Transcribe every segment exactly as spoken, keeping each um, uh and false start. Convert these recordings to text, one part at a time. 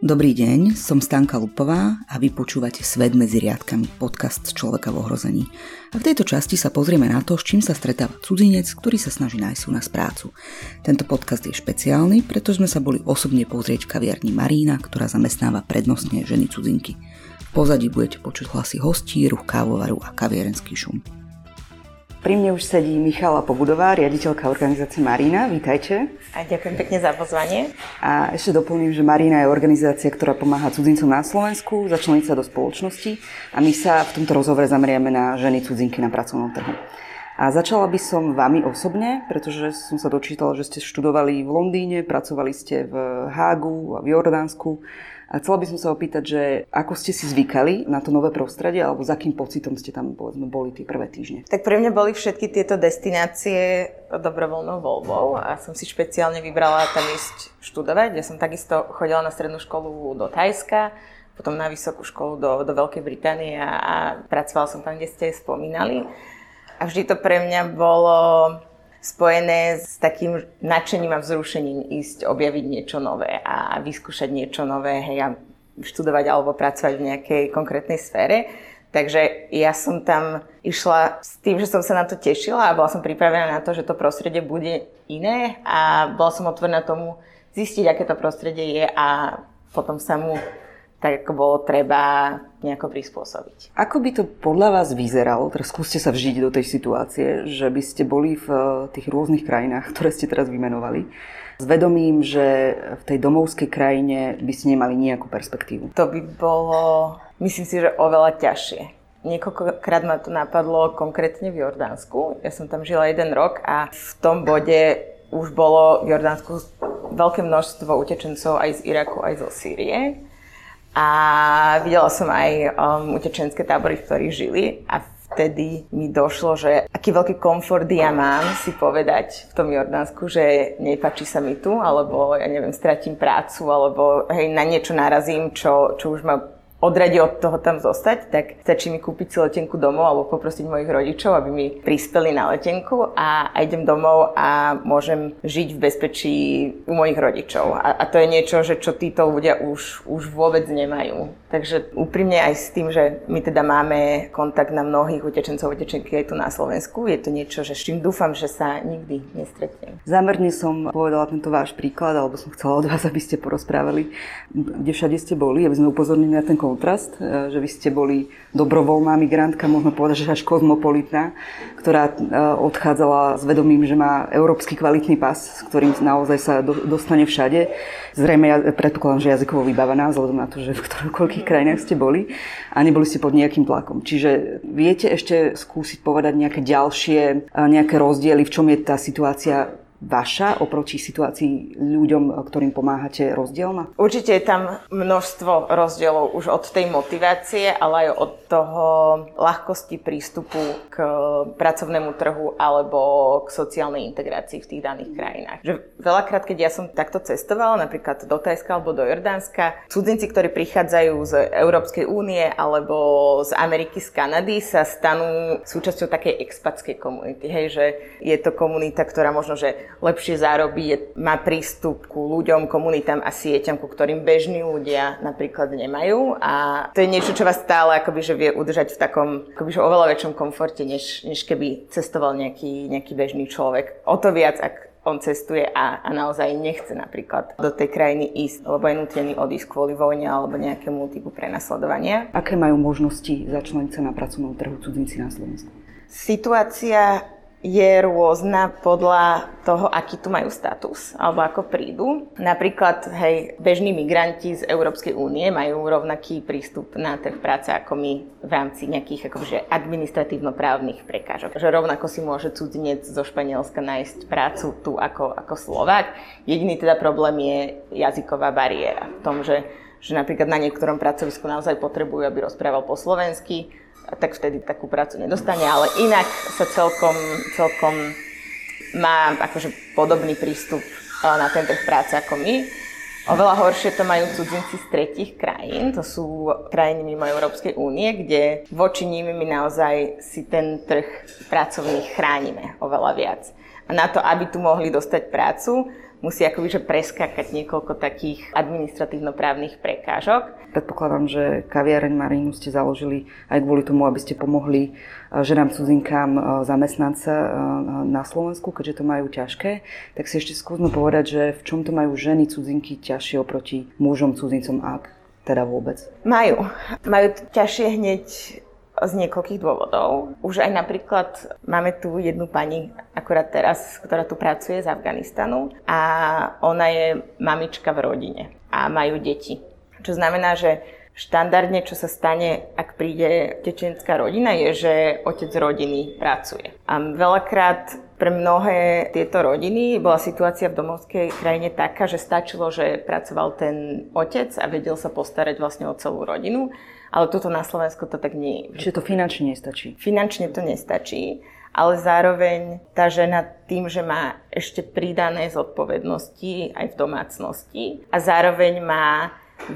Dobrý deň, som Stanka Lupová a vy počúvate Svet medzi riadkami, podcast Človeka v ohrození. A v tejto časti sa pozrieme na to, s čím sa stretáva cudzinec, ktorý sa snaží nájsť u nás prácu. Tento podcast je špeciálny, pretože sme sa boli osobne pozrieť v kaviarni Marína, ktorá zamestnáva prednostne ženy cudzinky. V pozadí budete počuť hlasy hostí, ruch kávovaru a kaviarenský šum. Pri mne už sedí Michala Pobudová, riaditeľka organizácie Marína. Vítajte. A ďakujem pekne za pozvanie. A ešte doplním, že Marína je organizácia, ktorá pomáha cudzincom na Slovensku začleniť sa do spoločnosti a my sa v tomto rozhovore zameriame na ženy cudzinky na pracovnom trhu. A začala by som vami osobne, pretože som sa dočítala, že ste študovali v Londýne, pracovali ste v Hágu a v Jordánsku. A chcela by som sa opýtať, že ako ste si zvykali na to nové prostredie, alebo s akým pocitom ste tam povedzme boli tie prvé týždne? Tak pre mňa boli všetky tieto destinácie dobrovoľnou voľbou a som si špeciálne vybrala tam ísť študovať. Ja som takisto chodila na strednú školu do Thajska, potom na vysokú školu do, do Veľkej Británie a, a pracovala som tam, kde ste spomínali. A vždy to pre mňa bolo spojené s takým nadšením a vzrušením ísť objaviť niečo nové a vyskúšať niečo nové, hej, a študovať alebo pracovať v nejakej konkrétnej sfére. Takže ja som tam išla s tým, že som sa na to tešila a bola som pripravená na to, že to prostredie bude iné a bola som otvorená tomu zistiť, aké to prostredie je a potom sa mu tak ako bolo treba nejako prispôsobiť. Ako by to podľa vás vyzeralo, teraz skúste sa vžiť do tej situácie, že by ste boli v tých rôznych krajinách, ktoré ste teraz vymenovali, s vedomím, že v tej domovskej krajine by ste nemali nejakú perspektívu? To by bolo, myslím si, že oveľa ťažšie. Niekoľkokrát ma to napadlo konkrétne v Jordánsku. Ja som tam žila jeden rok a v tom bode už bolo v Jordánsku veľké množstvo utečencov aj z Iraku, aj zo Sýrie. A videla som aj um, utečenské tábory, v ktorých žili a vtedy mi došlo, že aký veľký komfort ja mám si povedať v tom Jordánsku, že nepáči sa mi tu, alebo ja neviem, stratím prácu, alebo hej, na niečo narazím, čo, čo už ma odradí od toho tam zostať, tak stačí mi kúpiť si letenku domov alebo poprosiť mojich rodičov, aby mi prispeli na letenku a idem domov a môžem žiť v bezpečí u mojich rodičov. A, a to je niečo, že čo títo ľudia už, už vôbec nemajú. Takže úprimne aj s tým, že my teda máme kontakt na mnohých utečencov, utečenky aj tu na Slovensku, je to niečo, že s čím dúfam, že sa nikdy nestretnem. Zámerne som povedala tento váš príklad, alebo som chcela od vás, aby ste porozprávali, kde všade ste boli, aby sme upozornili na ten kontrast, že vy ste boli dobrovoľná migrantka, môžeme povedať, že až kozmopolitná, ktorá odchádzala s vedomím, že má európsky kvalitný pas, s ktorým naozaj sa dostane všade. Zrejme ja predpokladám, že jazykovo vybavená, vzhľadom na to, že v ktorých krajinách ste boli a neboli ste pod nejakým tlakom. Čiže viete ešte skúsiť povedať nejaké ďalšie, nejaké rozdiely, v čom je tá situácia vaša oproti situácii ľuďom, ktorým pomáhate, rozdielna? Určite je tam množstvo rozdielov už od tej motivácie, ale aj od toho ľahkosti prístupu k pracovnému trhu alebo k sociálnej integrácii v tých daných krajinách. Že veľakrát, keď ja som takto cestovala, napríklad do Thajska alebo do Jordánska, cudzinci, ktorí prichádzajú z Európskej únie alebo z Ameriky, z Kanady, sa stanú súčasťou takej expatskej komunity. Hej, že je to komunita, ktorá možno, že lepšie zárobí, je, má prístup ku ľuďom, komunitám a sieťam, ku ktorým bežní ľudia napríklad nemajú. A to je niečo, čo vás stále akoby, že vie udržať v takom akoby, že oveľa väčšom komforte, než, než keby cestoval nejaký, nejaký bežný človek. O to viac, ak on cestuje a, a naozaj nechce napríklad do tej krajiny ísť, lebo je nútený odísť kvôli vojne alebo nejakému typu prenasledovania. Aké majú možnosti začleniť sa na pracovnom trhu cudzinci na Slovensku? Situácia je rôzna podľa toho, aký tu majú status alebo ako prídu. Napríklad, hej, bežní migranti z Európskej únie majú rovnaký prístup na trh práce ako my v rámci nejakých akože administratívno-právnych prekážok. Že rovnako si môže cudzinec zo Španielska nájsť prácu tu ako, ako Slovák. Jediný teda problém je jazyková bariéra v tom, že, že napríklad na niektorom pracovisku naozaj potrebujú, aby rozprával po slovensky, tak vtedy takú prácu nedostane, ale inak sa celkom, celkom má akože podobný prístup na ten trh práce ako my. Oveľa horšie to majú cudzinci z tretích krajín, to sú krajiny mimo Európskej únie, kde voči nim my naozaj si ten trh pracovný chránime oveľa viac. A na to, aby tu mohli dostať prácu, musí akoby že preskákať niekoľko takých administratívno-právnych prekážok. Predpokladám, že kaviareň Marínu ste založili aj kvôli tomu, aby ste pomohli ženám cudzinkám zamestnať sa na Slovensku, keďže to majú ťažké. Tak si ešte skúsme povedať, že v čom to majú ženy cudzinky ťažšie oproti mužom cudzincom, ak teda vôbec? Majú. Majú to ťažšie hneď z niekoľkých dôvodov. Už aj napríklad máme tu jednu pani, akorát teraz, ktorá tu pracuje z Afganistanu a ona je mamička v rodine a majú deti. Čo znamená, že štandardne, čo sa stane, ak príde utečenská rodina, je, že otec rodiny pracuje. A veľakrát pre mnohé tieto rodiny bola situácia v domovskej krajine taká, že stačilo, že pracoval ten otec a vedel sa postarať vlastne o celú rodinu. Ale tuto na Slovensku to tak nie je. Čiže to finančne nestačí? Finančne to nestačí, ale zároveň tá žena tým, že má ešte pridané zodpovednosti aj v domácnosti a zároveň má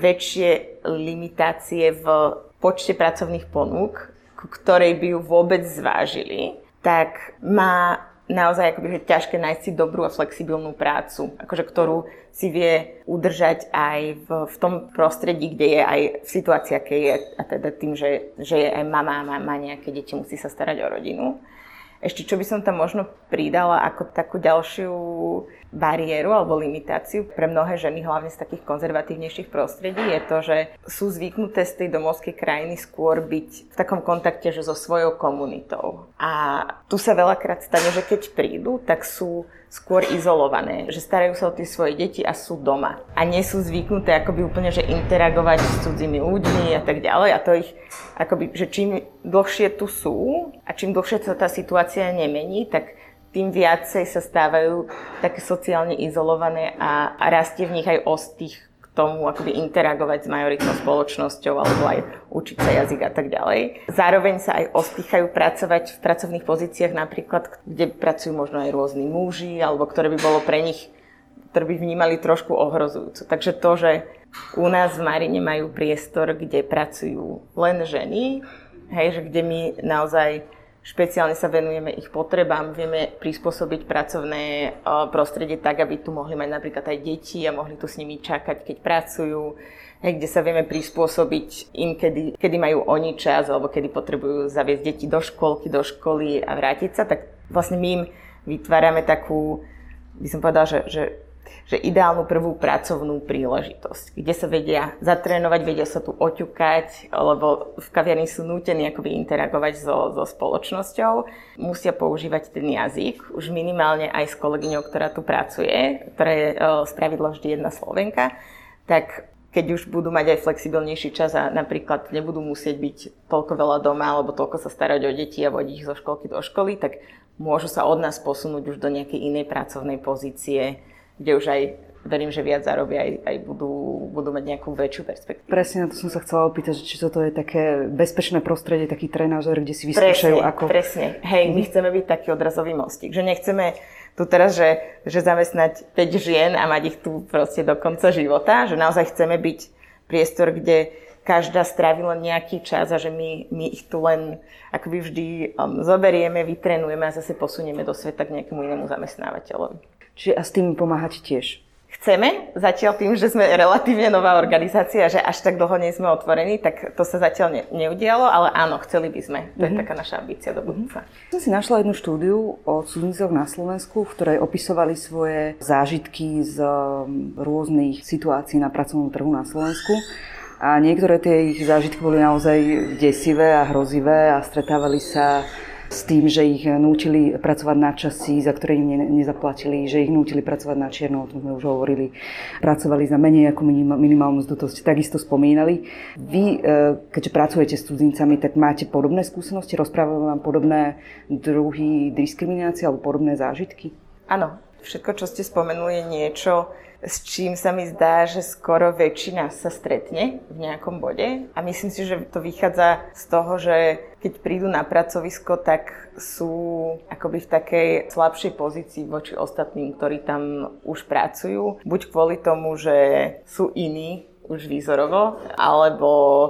väčšie limitácie v počte pracovných ponúk, ku ktorej by ju vôbec zvážili, tak má naozaj akoby, že ťažké nájsť si dobrú a flexibilnú prácu, akože, ktorú si vie udržať aj v, v tom prostredí, kde je aj v situácii, aké je, a teda tým, že, že je aj mama, má, má nejaké deti, musí sa starať o rodinu. Ešte čo by som tam možno pridala ako takú ďalšiu bariéru alebo limitáciu pre mnohé ženy, hlavne z takých konzervatívnejších prostredí, je to, že sú zvyknuté z tej domovskej krajiny skôr byť v takom kontakte, že so svojou komunitou. A tu sa veľakrát stane, že keď prídu, tak sú skôr izolované, že starajú sa o tie svoje deti a sú doma. A nie sú zvyknuté akoby úplne, že interagovať s cudzými ľuďmi a tak ďalej. A to ich akoby, že čím dlhšie tu sú a čím dlhšie sa tá situácia nemení, tak tým viacej sa stávajú také sociálne izolované a, a rastie v nich aj ostých k tomu akoby interagovať s majoritnou spoločnosťou alebo aj učiť sa jazyk a tak ďalej. Zároveň sa aj ostýchajú pracovať v pracovných pozíciách napríklad, kde pracujú možno aj rôzni muži alebo ktoré by bolo pre nich, ktoré by vnímali trošku ohrozujúco. Takže to, že u nás v Marine majú priestor, kde pracujú len ženy, hej, že kde my naozaj špeciálne sa venujeme ich potrebám, vieme prispôsobiť pracovné prostredie tak, aby tu mohli mať napríklad aj deti a mohli tu s nimi čakať, keď pracujú, kde sa vieme prispôsobiť im, kedy, kedy majú oni čas alebo kedy potrebujú zaviesť deti do škôlky, do školy a vrátiť sa, tak vlastne my im vytvárame takú, by som povedala, že, že že ideálnu prvú pracovnú príležitosť, kde sa vedia zatrénovať, vedia sa tu oťukať, lebo v kaviarni sú nútení akoby interagovať so, so spoločnosťou. Musia používať ten jazyk, už minimálne aj s kolegyňou, ktorá tu pracuje, ktorá je spravidla vždy jedna Slovenka, tak keď už budú mať aj flexibilnejší čas a napríklad nebudú musieť byť toľko veľa doma alebo toľko sa starať o deti a vodiť ich zo školky do školy, tak môžu sa od nás posunúť už do nejakej inej pracovnej pozície, kde už aj verím, že viac zarobia, aj, aj budú, budú mať nejakú väčšiu perspektívu. Presne na to som sa chcela opýtať, či toto je také bezpečné prostredie, taký trenážer, kde si vyskúšajú ako... Presne, hej, my chceme byť taký odrazový mostík, že nechceme tu teraz, že, že zamestnať päť žien a mať ich tu proste do konca života, že naozaj chceme byť priestor, kde každá strávi len nejaký čas a že my, my ich tu len akoby vždy um, zoberieme, vytrenujeme a zase posunieme do sveta k nejakému inému zamestnávateľovi. Čiže a s tým pomáhať tiež? Chceme, zatiaľ tým, že sme relatívne nová organizácia, že až tak dlho nie sme otvorení, tak to sa zatiaľ ne, neudialo, ale áno, chceli by sme. To mm-hmm. je taká naša ambícia do budúca. Som si našla jednu štúdiu o cudzincoch na Slovensku, v ktorej opisovali svoje zážitky z rôznych situácií na pracovnom trhu na Slovensku. A niektoré tie ich zážitky boli naozaj desivé a hrozivé a stretávali sa s tým, že ich nútili pracovať na časy, za ktoré im ne, nezaplatili, že ich nútili pracovať na čierno, o tom sme už hovorili. Pracovali za menej ako minimálnu mzdu, to ste takisto spomínali. Vy, keďže pracujete s cudzincami, tak máte podobné skúsenosti? Rozprávajú vám podobné druhy diskriminácie alebo podobné zážitky? Áno, všetko, čo ste spomenuli, je niečo, s čím sa mi zdá, že skoro väčšina sa stretne v nejakom bode. A myslím si, že to vychádza z toho, že keď prídu na pracovisko, tak sú akoby v takej slabšej pozícii voči ostatným, ktorí tam už pracujú. Buď kvôli tomu, že sú iní už výzorovo, alebo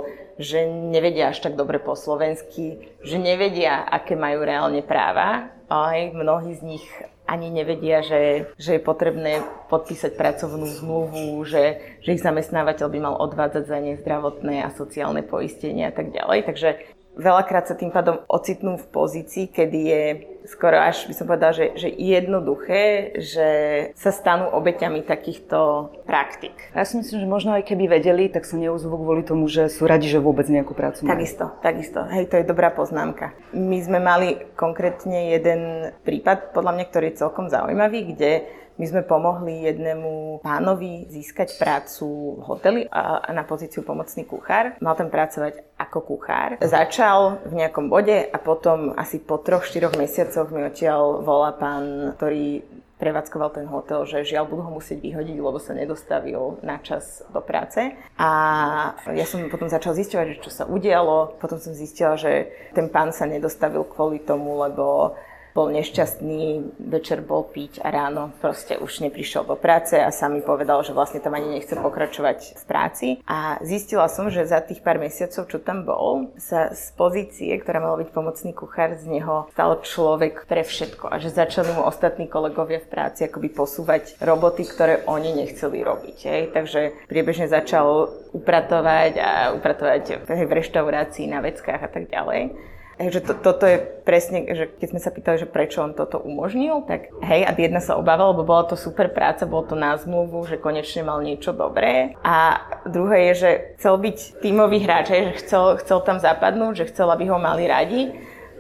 že nevedia až tak dobre po slovensky, že nevedia, aké majú reálne práva. Aj mnohí z nich ani nevedia, že, že je potrebné podpísať pracovnú zmluvu, že, že ich zamestnávateľ by mal odvádzať za ne zdravotné a sociálne poistenie a tak ďalej. Takže veľakrát sa tým pádom ocitnú v pozícii, kedy je skoro až, by som povedala, že, že jednoduché, že sa stanú obeťami takýchto praktik. Ja si myslím, že možno aj keby vedeli, tak sa neozvú kvôli tomu, že sú radi, že vôbec nejakú prácu majú. Takisto, takisto. Hej, to je dobrá poznámka. My sme mali konkrétne jeden prípad, podľa mňa, ktorý je celkom zaujímavý, kde my sme pomohli jednému pánovi získať prácu v hoteli a na pozíciu pomocný kuchár. Mal tam pracovať ako kuchár. Začal v nejakom bode a potom asi po troch, štyroch mesiacoch mi odtiaľ volá pán, ktorý prevádzkoval ten hotel, že žiaľ budú ho musieť vyhodiť, lebo sa nedostavil na čas do práce. A ja som potom začal zisťovať, že čo sa udialo. Potom som zistila, že ten pán sa nedostavil kvôli tomu, lebo bol nešťastný, večer bol piť a ráno proste už neprišiel do práce a sám mi povedal, že vlastne tam ani nechce pokračovať v práci. A zistila som, že za tých pár mesiacov, čo tam bol, sa z pozície, ktorá mala byť pomocný kuchár, z neho stal človek pre všetko a že začali mu ostatní kolegovia v práci akoby posúvať roboty, ktoré oni nechceli robiť. Hej. Takže priebežne začal upratovať a upratovať v reštaurácii, na veckách a tak ďalej. Že to, toto je presne, že keď sme sa pýtali, že prečo on toto umožnil, tak hej, a jedna sa obával, lebo bola to super práca, bolo to na zmluvu, že konečne mal niečo dobré. A druhé je, že chcel byť tímový hráč, hej, že chcel, chcel tam zapadnúť, že chcel, aby ho mali radi.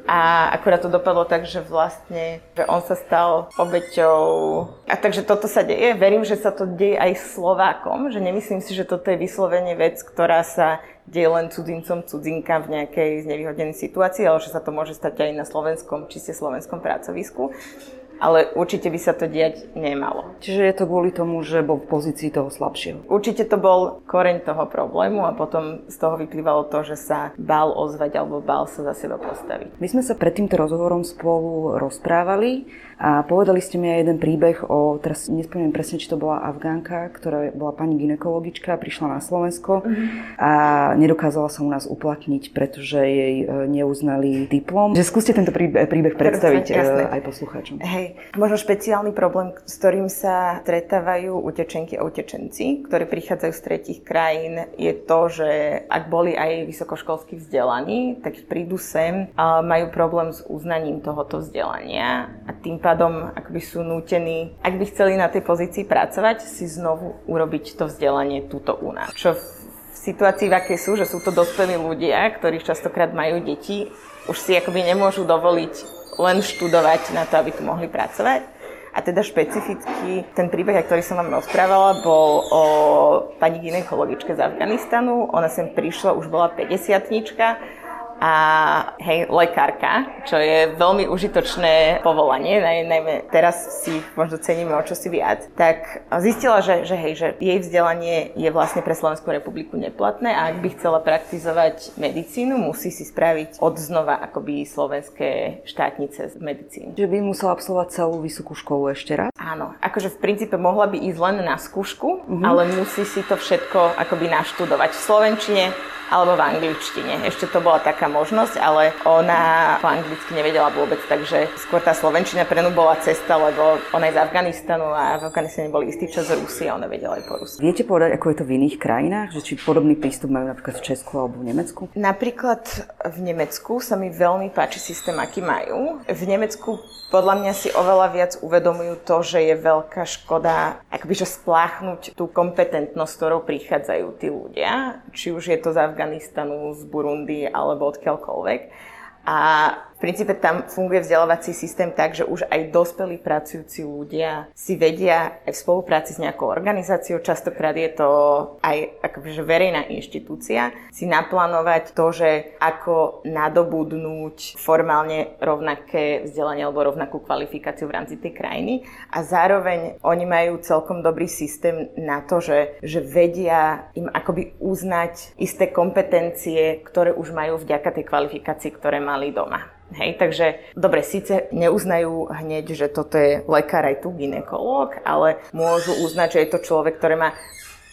A akurát to dopadlo tak, že vlastne, že on sa stal obeťou. A takže toto sa deje. Verím, že sa to deje aj Slovákom, že nemyslím si, že toto je vyslovene vec, ktorá sa deje len cudzincom, cudzinkám v nejakej znevýhodnenej situácii, ale že sa to môže stať aj na slovenskom, čiste slovenskom pracovisku. Ale určite by sa to diať nemalo. Čiže je to kvôli tomu, že bol v pozícii toho slabšieho? Určite to bol koreň toho problému a potom z toho vyplývalo to, že sa bál ozvať alebo bál sa za seba postaviť. My sme sa pred týmto rozhovorom spolu rozprávali a povedali ste mi aj jeden príbeh o, teraz nespomínam presne, či to bola Afgánka, ktorá bola pani gynekologička, prišla na Slovensko mm-hmm. a nedokázala sa u nás uplatniť, pretože jej neuznali diplom. Že skúste tento príbeh, príbeh predstaviť Jasne. aj poslucháčom. Hej, možno špeciálny problém, s ktorým sa stretávajú utečenky a utečenci, ktorí prichádzajú z tretích krajín, je to, že ak boli aj vysokoškolsky vzdelaní, tak prídu sem a majú problém s uznaním tohoto vzdelania a tým pádom akoby sú nútení, ak by chceli na tej pozícii pracovať, si znovu urobiť to vzdelanie túto u nás. Čo v situácii, v akej sú, že sú to dospelí ľudia, ktorí častokrát majú deti, už si akoby nemôžu dovoliť len študovať na to, aby tu mohli pracovať. A teda špecificky ten príbeh, ktorý som vám rozprávala, bol o pani gynekologičke z Afganistanu. Ona sem prišla, už bola päťdesiatnička a hej, lekárka, čo je veľmi užitočné povolanie, najmä teraz si možno ceníme o čosi viac, tak zistila, že, že hej, že jej vzdelanie je vlastne pre Slovenskú republiku neplatné a ak by chcela praktizovať medicínu, musí si spraviť odznova akoby slovenské štátnice z medicíny. Že by musela absolvovať celú vysokú školu ešte raz? Áno, akože v princípe mohla by ísť len na skúšku, mm-hmm. ale musí si to všetko akoby naštudovať v slovenčine alebo v angličtine. Ešte to bola taká možnosť, ale ona po anglicky nevedela vôbec, takže skôr tá slovenčina pre ňu bola cesta, lebo ona je z Afganistanu a v Afganistane boli istý čas Rusi a ona vedela aj po rusky. Viete povedať, ako je to v iných krajinách? Že či podobný prístup majú napríklad v Česku alebo v Nemecku? Napríklad v Nemecku sa mi veľmi páči systém, aký majú. V Nemecku podľa mňa si oveľa viac uvedomujú to, že je veľká škoda akoby, že spláchnuť tú kompetentnosť, ktorou prichádzajú tí ľudia, či už je to z Afganistanu, z Burundi alebo odkiaľkoľvek. A v princípe tam funguje vzdelávací systém tak, že už aj dospelí pracujúci ľudia si vedia aj v spolupráci s nejakou organizáciou, častokrát je to aj akože verejná inštitúcia, si naplánovať to, že ako nadobudnúť formálne rovnaké vzdelanie alebo rovnakú kvalifikáciu v rámci tej krajiny. A zároveň oni majú celkom dobrý systém na to, že, že vedia im akoby uznať isté kompetencie, ktoré už majú vďaka tej kvalifikácii, ktoré mali doma. Hej, takže dobre, síce neuznajú hneď, že toto je lekár aj tu gynekológ, ale môžu uznať, že je to človek, ktorý má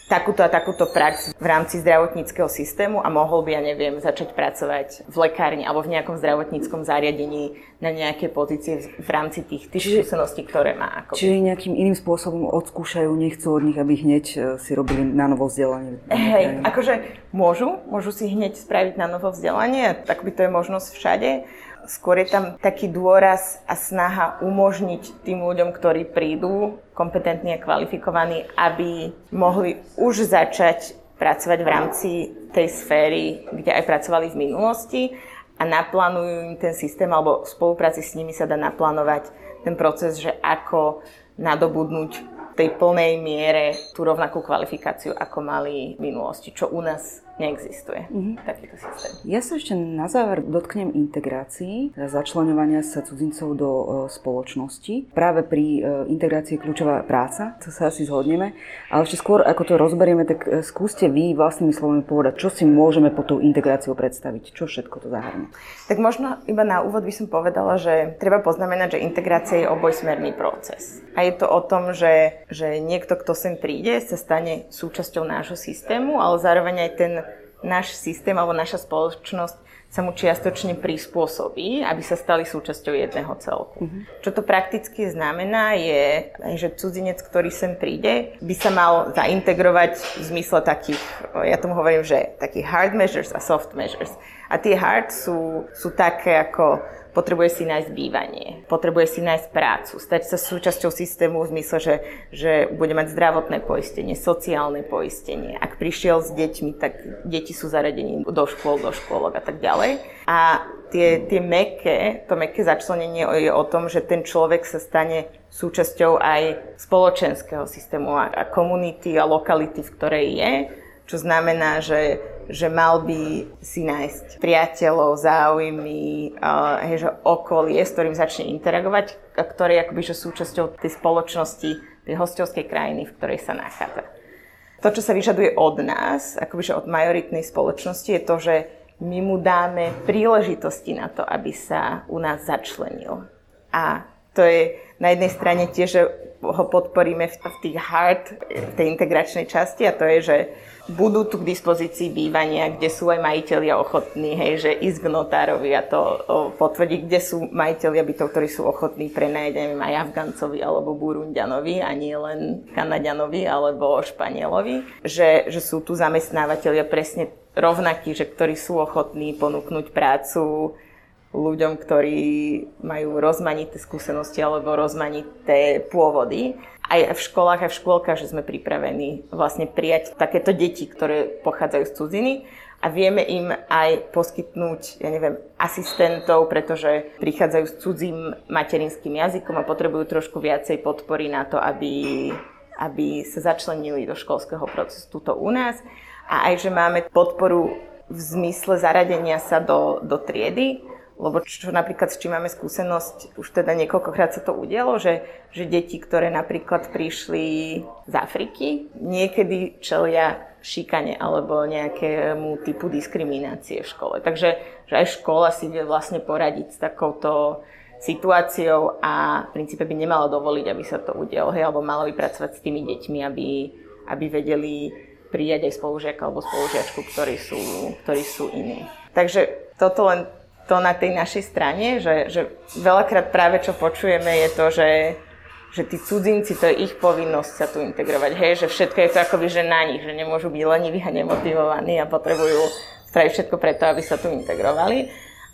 takúto a takúto prax v rámci zdravotníckeho systému a mohol by, ja neviem, začať pracovať v lekárni alebo v nejakom zdravotníckom zariadení na nejaké pozície v rámci tých, tých čiže, skúseností, ktoré má. Ako čiže nejakým iným spôsobom odskúšajú, nechcú od nich, aby hneď si robili na novo vzdelanie. Hej, akože môžu, môžu si hneď spraviť na novo vzdelanie, tak by to je možnosť všade. Skôr je tam taký dôraz a snaha umožniť tým ľuďom, ktorí prídu, kompetentní a kvalifikovaní, aby mohli už začať pracovať v rámci tej sféry, kde aj pracovali v minulosti a naplánujú im ten systém, alebo v spolupráci s nimi sa dá naplánovať ten proces, že ako nadobudnúť v tej plnej miere tú rovnakú kvalifikáciu, ako mali v minulosti, čo u nás neexistuje mm-hmm. takýto systém. Ja sa ešte na záver dotknem integrácií, začleňovania sa cudzincov do e, spoločnosti. Práve pri e, integrácii je kľúčová práca, to sa asi zhodneme. Ale ešte skôr, ako to rozberieme, tak e, skúste vy vlastnými slovami povedať, čo si môžeme pod tou integráciou predstaviť, čo všetko to zahrnie. Tak možno iba na úvod by som povedala, že treba poznamenať, že integrácia je obojsmerný proces. A je to o tom, že, že niekto, kto sem príde, sa stane súčasťou nášho systému, ale zároveň aj ten náš systém alebo naša spoločnosť sa mu čiastočne prispôsobí, aby sa stali súčasťou jedného celku. Mm-hmm. Čo to prakticky znamená je, že cudzinec, ktorý sem príde, by sa mal zaintegrovať v zmysle takých, ja tomu hovorím, že takých hard measures a soft measures. A tie hard sú, sú také ako potrebuje si nájsť bývanie, potrebuje si nájsť prácu, stať sa súčasťou systému v zmysle, že, že bude mať zdravotné poistenie, sociálne poistenie. Ak prišiel s deťmi, tak deti sú zaradení do škôl, do škôlok a tak ďalej. A tie, tie mäkké, to mäkké začlenenie je o tom, že ten človek sa stane súčasťou aj spoločenského systému a, a komunity a lokality, v ktorej je, čo znamená, že že mal by si nájsť priateľov, záujmy, uh, hej, že okolie, s ktorým začne interagovať, a ktoré je akoby že súčasťou tej spoločnosti, tej hostovskej krajiny, v ktorej sa nachádza. To, čo sa vyžaduje od nás, akoby že od majoritnej spoločnosti, je to, že my mu dáme príležitosti na to, aby sa u nás začlenil. A to je na jednej strane tiež, že ho podporíme v, v tých hard, v tej integračnej časti, a to je, že budú tu k dispozícii bývania, kde sú aj majitelia ochotní, hej, že ísť k notárovi a to potvrdiť, kde sú majitelia bytov, ktorí sú ochotní prenajať, neviem, aj Afgancovi alebo Burundianovi a nie len Kanaďanovi alebo Španielovi, že, že sú tu zamestnávateľia presne rovnakí, že ktorí sú ochotní ponúknuť prácu ľuďom, ktorí majú rozmanité skúsenosti alebo rozmanité pôvody. Aj v školách a v škôlkach, že sme pripravení vlastne prijať takéto deti, ktoré pochádzajú z cudziny a vieme im aj poskytnúť, ja neviem, asistentov, pretože prichádzajú s cudzím materinským jazykom a potrebujú trošku viacej podpory na to, aby, aby sa začlenili do školského procesu tuto u nás. A aj, že máme podporu v zmysle zaradenia sa do, do triedy, lebo čo napríklad, s čím máme skúsenosť, už teda niekoľkokrát sa to udialo, že, že deti, ktoré napríklad prišli z Afriky, niekedy čelia šikane alebo nejakému typu diskriminácie v škole. Takže že aj škola si vie vlastne poradiť s takouto situáciou a v princípe by nemala dovoliť, aby sa to udialo, hej, alebo mala by pracovať s tými deťmi, aby, aby vedeli prijať aj spolužiaka alebo spolužiačku, ktorí sú, ktorí sú iní. Takže toto len to na tej našej strane, že, že veľakrát práve čo počujeme je to, že, že tí cudzinci, to je ich povinnosť sa tu integrovať. Hej, že všetko je to akoby, že na nich, že nemôžu byť leniví a nemotivovaní a potrebujú spraviť všetko preto, aby sa tu integrovali.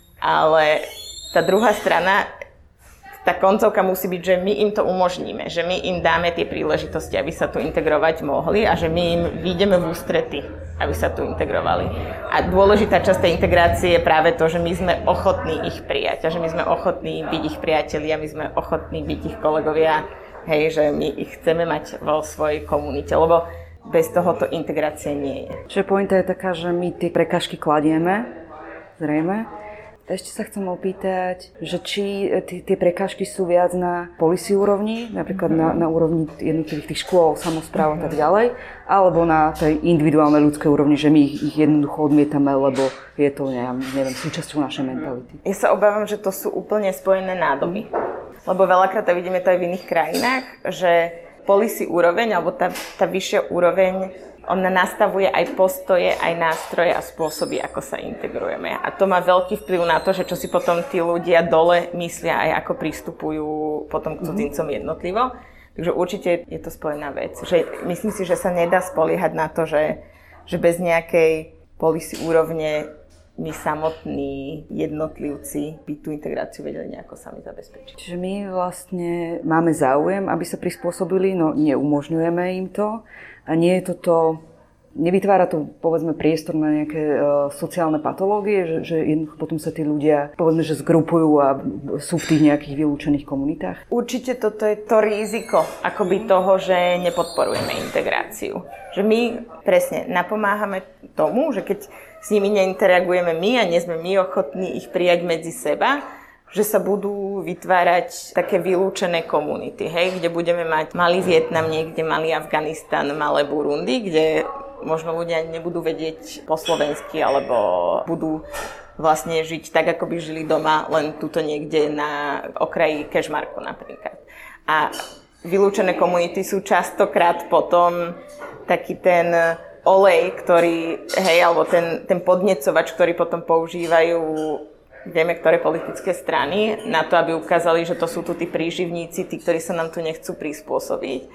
Ale tá druhá strana, tá koncovka musí byť, že my im to umožníme, že my im dáme tie príležitosti, aby sa tu integrovať mohli a že my im vyjdeme v ústrety, aby sa tu integrovali. A dôležitá časť tej integrácie je práve to, že my sme ochotní ich prijať a že my sme ochotní byť ich priatelia, my sme ochotní byť ich kolegovia, hej, že my ich chceme mať vo svojej komunite, lebo bez toho to integrácie nie je. Čiže pointa je taká, že my tie prekážky kladieme, zrejme. Ešte sa chcem opýtať, že či tie prekážky sú viac na policy úrovni, napríklad mm-hmm. na, na úrovni jednotlivých tých škôl, samospráv a tak ďalej, alebo na tej individuálnej ľudskej úrovni, že my ich, ich jednoducho odmietame, lebo je to, neviem, neviem, súčasťou našej mentality. Ja sa obávam, že to sú úplne spojené nádoby. Lebo veľakrát vidíme to aj v iných krajinách, že policy úroveň, alebo tá, tá vyššia úroveň, ona nastavuje aj postoje, aj nástroje a spôsoby, ako sa integrujeme. A to má veľký vplyv na to, že čo si potom tí ľudia dole myslia aj ako pristupujú potom k cudzincom jednotlivo. Takže určite je to spojená vec. Že myslím si, že sa nedá spoliehať na to, že, že bez nejakej policy úrovne my samotní jednotlivci by tú integráciu vedeli nejako sami zabezpečiť. Čiže my vlastne máme záujem, aby sa prispôsobili, no neumožňujeme im to. A nie je toto, nevytvára to, povedzme, priestor na nejaké uh, sociálne patológie, že, že potom sa tí ľudia, povedzme, že zgrupujú a sú v tých nejakých vylúčených komunitách? Určite toto je to riziko akoby toho, že nepodporujeme integráciu. Že my presne napomáhame tomu, že keď s nimi neinteragujeme my a nie sme my ochotní ich prijať medzi seba, že sa budú vytvárať také vylúčené komunity, hej, kde budeme mať malý Vietnam, niekde malý Afganistan, malé Burundi, kde možno ľudia nebudú vedieť po slovensky, alebo budú vlastne žiť tak, ako by žili doma, len tuto niekde na okraji Kežmarku napríklad. A vylúčené komunity sú častokrát potom taký ten olej, ktorý, hej, alebo ten, ten podnecovač, ktorý potom používajú vieme, ktoré politické strany, na to, aby ukázali, že to sú tu tí príživníci, tí, ktorí sa nám tu nechcú prispôsobiť.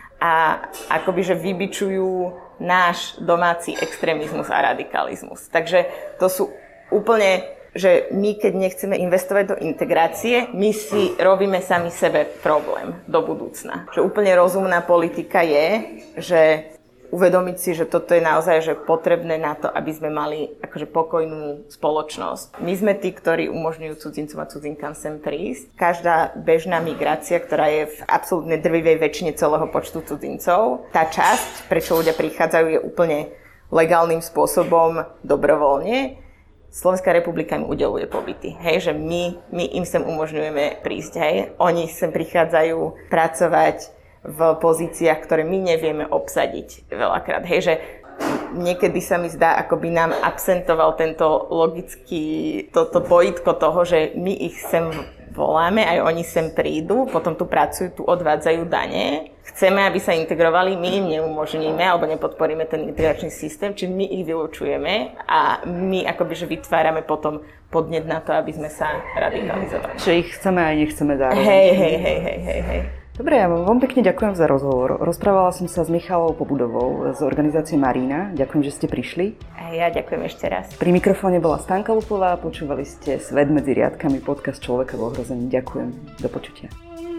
A akoby, že vybičujú náš domáci extrémizmus a radikalizmus. Takže to sú úplne, že my, keď nechceme investovať do integrácie, my si robíme sami sebe problém do budúcna. Že úplne rozumná politika je, že uvedomiť si, že toto je naozaj že potrebné na to, aby sme mali akože pokojnú spoločnosť. My sme tí, ktorí umožňujú cudzincom a cudzinkám sem prísť. Každá bežná migrácia, ktorá je v absolútne drvivej väčšine celého počtu cudzincov, tá časť, prečo ľudia prichádzajú, je úplne legálnym spôsobom, dobrovoľne. Slovenská republika im udeľuje pobyty. Hej, že my, my im sem umožňujeme prísť. Hej. Oni sem prichádzajú pracovať v pozíciách, ktoré my nevieme obsadiť veľakrát. Hej, že niekedy sa mi zdá, ako by nám absentoval tento logický, toto pojitko toho, že my ich sem voláme, aj oni sem prídu, potom tu pracujú, tu odvádzajú dane. Chceme, aby sa integrovali, my im neumožníme alebo nepodporíme ten integračný systém, či my ich vylučujeme a my akoby, že vytvárame potom podnet na to, aby sme sa radikalizovali. Čiže ich chceme aj nechceme zároveň. Hej, hej, hej, hej, hej, hej. Dobre, ja vám pekne ďakujem za rozhovor. Rozprávala som sa s Michalou Pobudovou z organizácie Marina. Ďakujem, že ste prišli. A ja ďakujem ešte raz. Pri mikrofóne bola Stanka Lupová, počúvali ste Svet medzi riadkami, podcast Človeka v ohrození. Ďakujem. Do počutia.